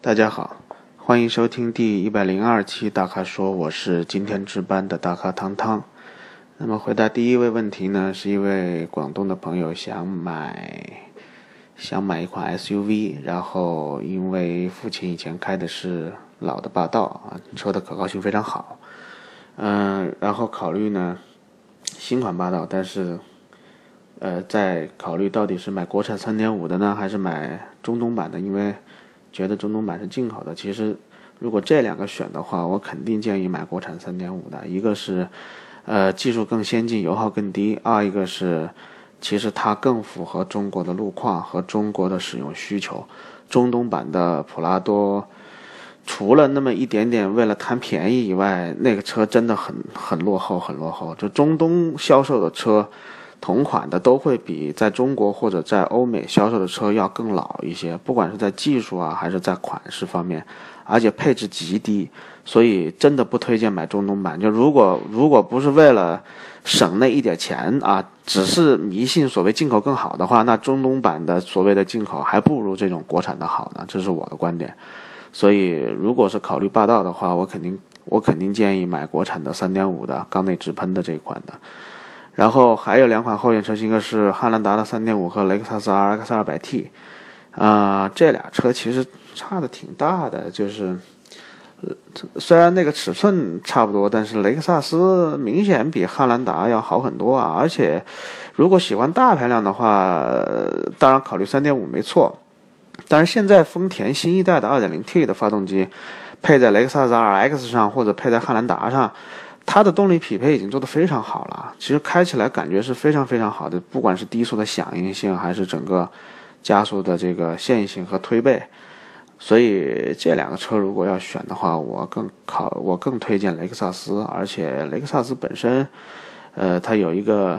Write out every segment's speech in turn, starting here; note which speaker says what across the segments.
Speaker 1: 大家好，欢迎收听第102期大咖说，我是今天值班的大咖汤汤。那么回答第一位问题呢，是一位广东的朋友想买一款 SUV， 然后因为父亲以前开的是老的霸道啊，车的可靠性非常好，然后考虑呢新款霸道，但是在考虑到底是买国产 3.5 的呢，还是买中东版的，因为觉得中东版是进口的。其实如果这两个选的话，我肯定建议买国产 3.5 的。一个是技术更先进，油耗更低，二一个是其实它更符合中国的路况和中国的使用需求。中东版的普拉多除了那么一点点为了贪便宜以外，那个车真的很落后。就中东销售的车同款的都会比在中国或者在欧美销售的车要更老一些，不管是在技术啊还是在款式方面，而且配置极低，所以真的不推荐买中东版。就如果不是为了省那一点钱啊，只是迷信所谓进口更好的话，那中东版的所谓的进口还不如这种国产的好呢，这是我的观点。所以如果是考虑霸道的话，我肯定建议买国产的 3.5 的缸内直喷的这一款的。然后还有两款后援车型，一个是汉兰达的 3.5 和雷克萨斯 RX 200T，这俩车其实差的挺大的，就是虽然那个尺寸差不多，但是雷克萨斯明显比汉兰达要好很多啊。而且如果喜欢大排量的话，当然考虑 3.5 没错，但是现在丰田新一代的 2.0T 的发动机配在雷克萨斯 RX 上或者配在汉兰达上，它的动力匹配已经做得非常好了，其实开起来感觉是非常非常好的，不管是低速的响应性还是整个加速的这个线性和推背。所以这两个车如果要选的话，我更推荐雷克萨斯。而且雷克萨斯本身它有一个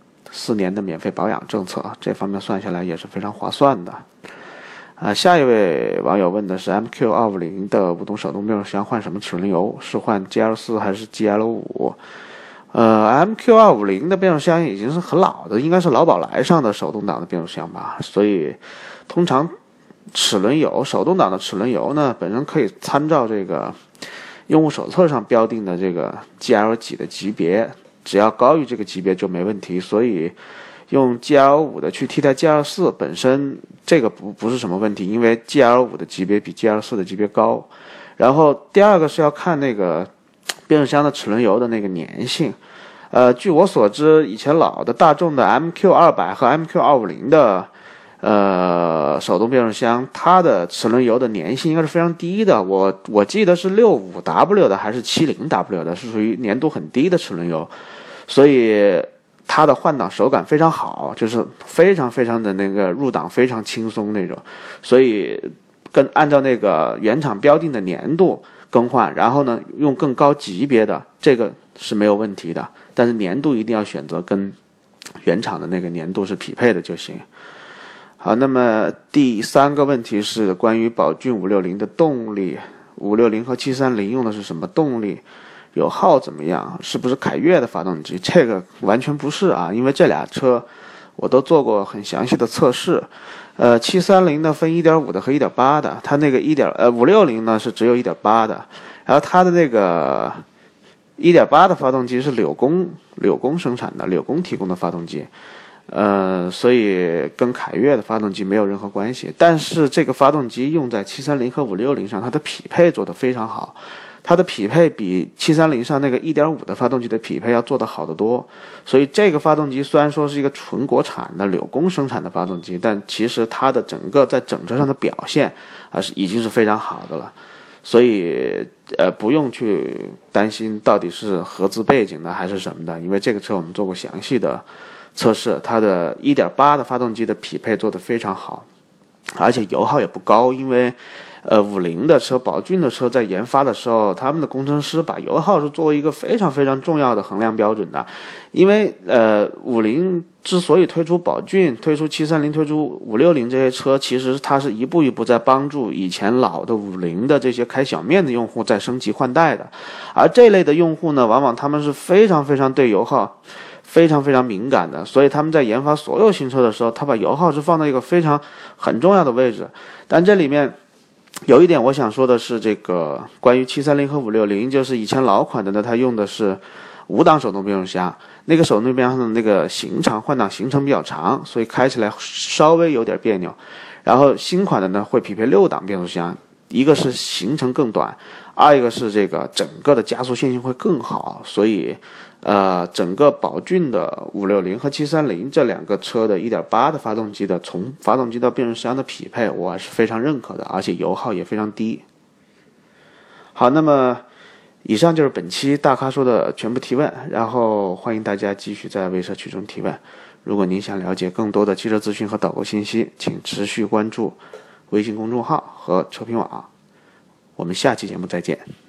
Speaker 1: 4年的免费保养政策，这方面算下来也是非常划算的。下一位网友问的是 MQ250 的5动手动变速箱换什么齿轮油，是换 GL4 还是 GL5？ MQ250 的变速箱已经是很老的，应该是劳保来上的手动挡的变速箱吧，所以通常齿轮油手动挡的齿轮油呢，本身可以参照这个用户手册上标定的这个 GL 几的级别，只要高于这个级别就没问题，所以用 GL5 的去替代 GL4 本身这个不是什么问题，因为 GL5 的级别比 GL4 的级别高。然后第二个是要看那个变速箱的齿轮油的那个粘性。据我所知，以前老的大众的 MQ200 和 MQ250 的手动变速箱，它的齿轮油的粘性应该是非常低的。我记得是 65W 的还是 70W 的，是属于粘度很低的齿轮油，所以它的换挡手感非常好，就是非常非常的那个入档非常轻松那种，所以按照那个原厂标定的粘度更换，然后呢用更高级别的，这个是没有问题的，但是粘度一定要选择跟原厂的那个粘度是匹配的就行。好，那么第三个问题是关于宝骏560的动力，560和730用的是什么动力？油耗怎么样？是不是凯越的发动机？这个完全不是啊，因为这俩车我都做过很详细的测试。730呢分 1.5 的和 1.8 的，它那个560呢是只有 1.8 的，然后它的那个 1.8 的发动机是柳工生产的，柳工提供的发动机。所以跟凯越的发动机没有任何关系，但是这个发动机用在730和560上，它的匹配做得非常好，它的匹配比730上那个 1.5 的发动机的匹配要做得好得多。所以这个发动机虽然说是一个纯国产的柳工生产的发动机，但其实它的整个在整车上的表现已经是非常好的了。所以不用去担心到底是合资背景的还是什么的，因为这个车我们做过详细的测试，它的 1.8 的发动机的匹配做得非常好，而且油耗也不高。因为50的车，宝骏的车在研发的时候，他们的工程师把油耗是作为一个非常非常重要的衡量标准的。因为50之所以推出宝骏、推出730、推出560这些车，其实它是一步一步在帮助以前老的50的这些开小面的用户在升级换代的。而这类的用户呢，往往他们是非常非常对油耗非常非常敏感的，所以他们在研发所有新车的时候，他把油耗是放在一个很重要的位置。但这里面有一点我想说的是，这个关于730和560，就是以前老款的呢，它用的是5档手动变速箱，那个手动变速箱的那个换挡行程比较长，所以开起来稍微有点别扭。然后新款的呢会匹配6档变速箱，一个是行程更短，二一个是这个整个的加速线性会更好，所以整个宝骏的560和730这两个车的 1.8 的发动机的从发动机到变速箱的匹配，我是非常认可的，而且油耗也非常低。好，那么以上就是本期大咖说的全部提问，然后欢迎大家继续在微社区中提问。如果您想了解更多的汽车资讯和导购信息，请持续关注微信公众号和车评网。我们下期节目再见。